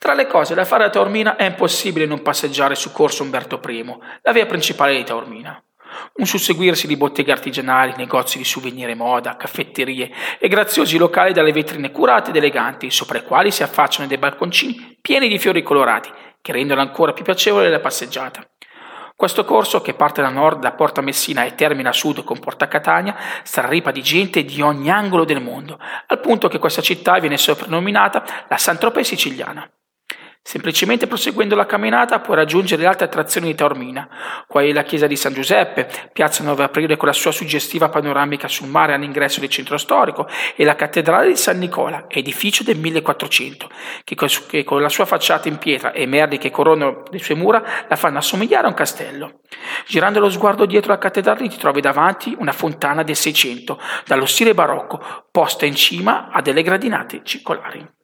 Tra le cose da fare a Taormina è impossibile non passeggiare su Corso Umberto I, la via principale di Taormina. Un susseguirsi di botteghe artigianali, negozi di souvenir e moda, caffetterie e graziosi locali dalle vetrine curate ed eleganti, sopra i quali si affacciano dei balconcini pieni di fiori colorati, che rendono ancora più piacevole la passeggiata. Questo corso, che parte da nord da Porta Messina e termina a sud con Porta Catania, strarippa di gente di ogni angolo del mondo, al punto che questa città viene soprannominata la Saint-Tropez siciliana. Semplicemente proseguendo la camminata puoi raggiungere le altre attrazioni di Taormina, quali la chiesa di San Giuseppe, piazza 9 Aprile con la sua suggestiva panoramica sul mare all'ingresso del centro storico, e la cattedrale di San Nicola, edificio del 1400, che con la sua facciata in pietra e i merli che coronano le sue mura la fanno assomigliare a un castello. Girando lo sguardo dietro la cattedrale ti trovi davanti una fontana del 600, dallo stile barocco, posta in cima a delle gradinate circolari.